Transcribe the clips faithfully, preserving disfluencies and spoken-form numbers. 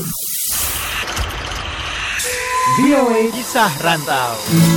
V O A Kisah Rantau.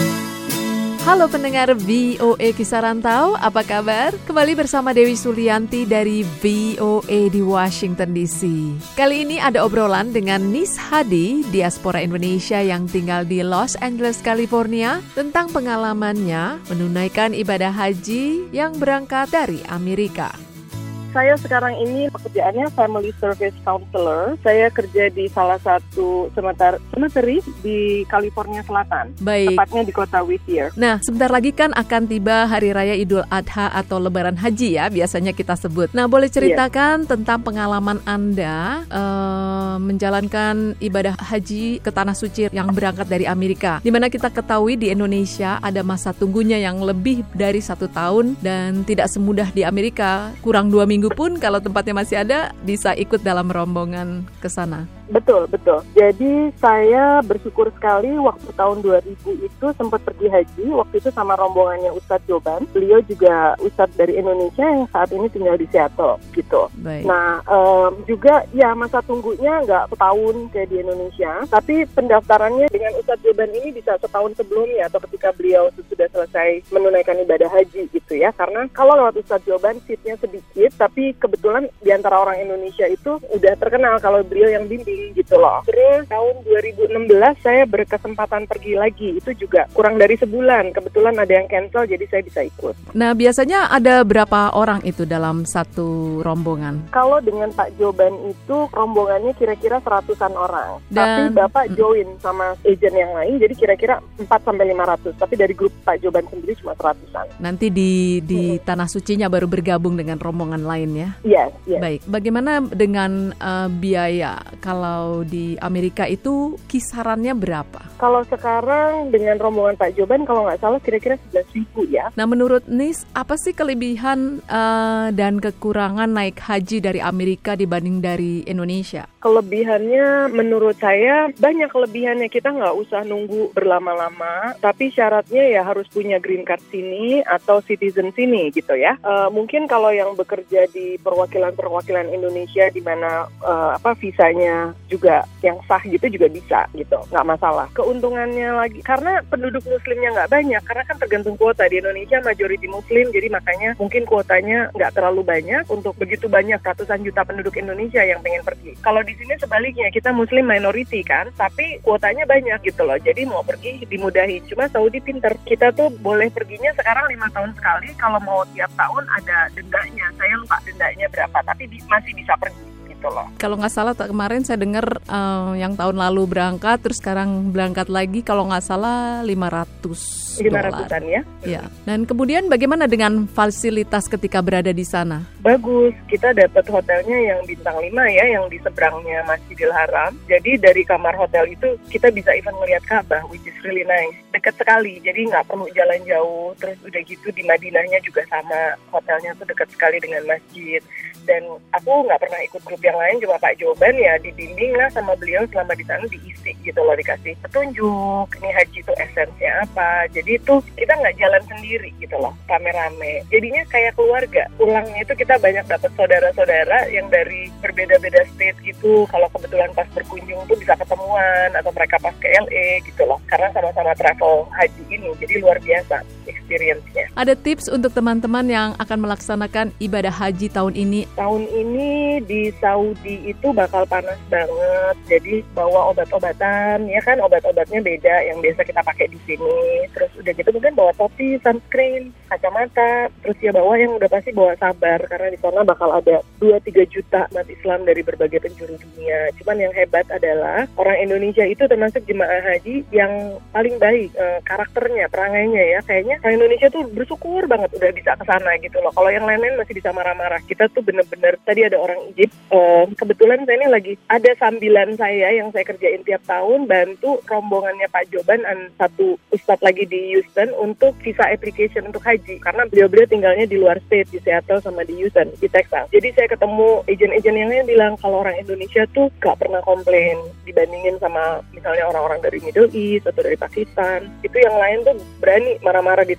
Halo pendengar V O A Kisah Rantau, apa kabar? Kembali bersama Dewi Sulianti dari V O A di Washington D C. Kali ini ada obrolan dengan Nis Hadi, diaspora Indonesia yang tinggal di Los Angeles, California, tentang pengalamannya menunaikan ibadah haji yang berangkat dari Amerika. Saya sekarang ini pekerjaannya Family Service Counselor. Saya kerja di salah satu cemetery di California Selatan. Baik. Tepatnya di kota Whittier. Nah, sebentar lagi kan akan tiba Hari Raya Idul Adha atau Lebaran Haji ya, biasanya kita sebut. Nah, boleh ceritakan yes. tentang pengalaman Anda uh, menjalankan ibadah haji ke Tanah Suci yang berangkat dari Amerika. Di mana kita ketahui di Indonesia ada masa tunggunya yang lebih dari satu tahun dan tidak semudah di Amerika. Kurang dua minggu pun kalau tempatnya masih ada bisa ikut dalam rombongan ke sana. Betul, betul. Jadi saya bersyukur sekali waktu tahun dua ribu itu sempat pergi haji. Waktu itu sama rombongannya Ustadz Joban. Beliau juga Ustadz dari Indonesia yang saat ini tinggal di Seattle gitu. Baik. Nah um, juga ya masa tunggunya nggak setahun kayak di Indonesia. Tapi pendaftarannya dengan Ustadz Joban ini bisa setahun sebelumnya atau ketika beliau sudah selesai menunaikan ibadah haji gitu ya. Karena kalau lewat Ustadz Joban seatnya sedikit, tapi kebetulan di antara orang Indonesia itu udah terkenal kalau beliau yang bimbing gitu loh. Terus tahun dua ribu enam belas saya berkesempatan pergi lagi. Itu juga kurang dari sebulan. Kebetulan ada yang cancel jadi saya bisa ikut. Nah, biasanya ada berapa orang itu dalam satu rombongan? Kalau dengan Pak Joban itu rombongannya kira-kira seratusan orang. Dan, tapi Bapak join sama agent yang lain jadi kira-kira empat sampai lima ratus. Tapi dari grup Pak Joban sendiri cuma seratusan. Nanti di di hmm. Tanah Sucinya baru bergabung dengan rombongan lain ya? Yes, yes. Baik. Bagaimana dengan uh, biaya? Kalau di Amerika itu kisarannya berapa? Kalau sekarang dengan rombongan Pak Joban kalau nggak salah kira-kira sebelas ribu ya. Nah, menurut Nis, apa sih kelebihan uh, dan kekurangan naik haji dari Amerika dibanding dari Indonesia? Kelebihannya menurut saya banyak kelebihannya. Kita nggak usah nunggu berlama-lama, tapi syaratnya ya harus punya green card sini atau citizen sini gitu ya. Uh, mungkin kalau yang bekerja di perwakilan-perwakilan Indonesia di mana uh, apa visanya juga yang sah gitu juga bisa gitu, nggak masalah. Keuntungannya lagi karena penduduk muslimnya nggak banyak, karena kan tergantung kuota. Di Indonesia majority muslim, jadi makanya mungkin kuotanya nggak terlalu banyak untuk begitu banyak ratusan juta penduduk Indonesia yang pengen pergi. Kalau di sini sebaliknya, kita muslim minority kan, tapi kuotanya banyak gitu loh, jadi mau pergi dimudahin. Cuma Saudi pinter, kita tuh boleh perginya sekarang lima tahun sekali, kalau mau tiap tahun ada dendanya. Saya lupa dendanya berapa, tapi di, masih bisa pergi. Loh. Kalau nggak salah kemarin saya dengar uh, yang tahun lalu berangkat terus sekarang berangkat lagi kalau nggak salah lima ratus dolar. lima ratusan ya. Ya. Dan kemudian bagaimana dengan fasilitas ketika berada di sana? Bagus, kita dapat hotelnya yang bintang lima ya, yang di seberangnya Masjidil Haram. Jadi dari kamar hotel itu kita bisa even melihat Ka'bah, which is really nice. Dekat sekali, jadi nggak perlu jalan jauh. Terus udah gitu di Madinahnya juga sama, hotelnya tuh dekat sekali dengan masjid. Dan aku nggak pernah ikut grup yang lain, cuma Pak Joban ya dibimbing lah sama beliau selama di sana, diisi gitu loh, dikasih petunjuk ini haji itu esensinya apa. Jadi itu kita nggak jalan sendiri gitu loh, rame-rame. Jadinya kayak keluarga. Pulangnya itu kita banyak dapat saudara-saudara yang dari berbeda-beda state gitu. Kalau kebetulan pas berkunjung tuh bisa ketemuan atau mereka pas ke L A gitu loh. Karena sama-sama travel haji ini, jadi luar biasa experience-nya. Ada tips untuk teman-teman yang akan melaksanakan ibadah haji tahun ini? Tahun ini di Saudi itu bakal panas banget, jadi bawa obat-obatan, ya kan obat-obatnya beda yang biasa kita pakai di sini. Terus udah gitu mungkin bawa topi, sunscreen, kacamata, terus ya bawa yang udah pasti bawa sabar, karena di sana bakal ada dua sampai tiga juta umat Islam dari berbagai penjuru dunia. Cuman yang hebat adalah orang Indonesia itu termasuk jemaah haji yang paling baik e, karakternya, perangainya ya. Kayaknya orang Indonesia tuh bersyukur banget udah bisa ke sana gitu loh. Kalau yang lain-lain masih bisa marah-marah. Kita tuh bener-bener, tadi ada orang Egypt, e, kebetulan saya ini lagi ada sambilan saya yang saya kerjain tiap tahun, bantu rombongannya Pak Joban dan satu ustadz lagi di Houston untuk visa application untuk haji. Karena beliau-beliau tinggalnya di luar state, di Seattle sama di Houston, di Texas. Jadi saya ketemu agen-agen yang lain bilang kalau orang Indonesia tuh gak pernah komplain dibandingin sama misalnya orang-orang dari Middle East atau dari Pakistan. Itu yang lain tuh berani marah-marah di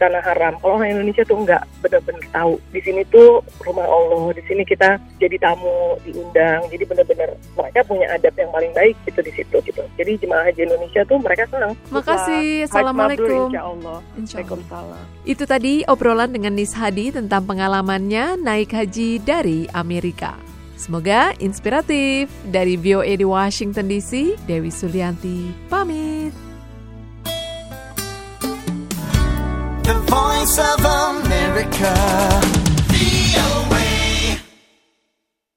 tanah haram. Kalau orang Indonesia tuh enggak benar-benar tahu. Di sini tuh rumah Allah, di sini kita jadi tamu, diundang. Jadi benar-benar mereka punya adab yang paling baik gitu di situ gitu. Jadi jemaah haji Indonesia tuh mereka senang. Makasih. Assalamualaikum. Waalaikumsalam. Itu tadi obrolan dengan Nis Hadi tentang pengalamannya naik haji dari Amerika. Semoga inspiratif. Dari V O A di Washington D C, Dewi Sulianti pamit. The Voice of America.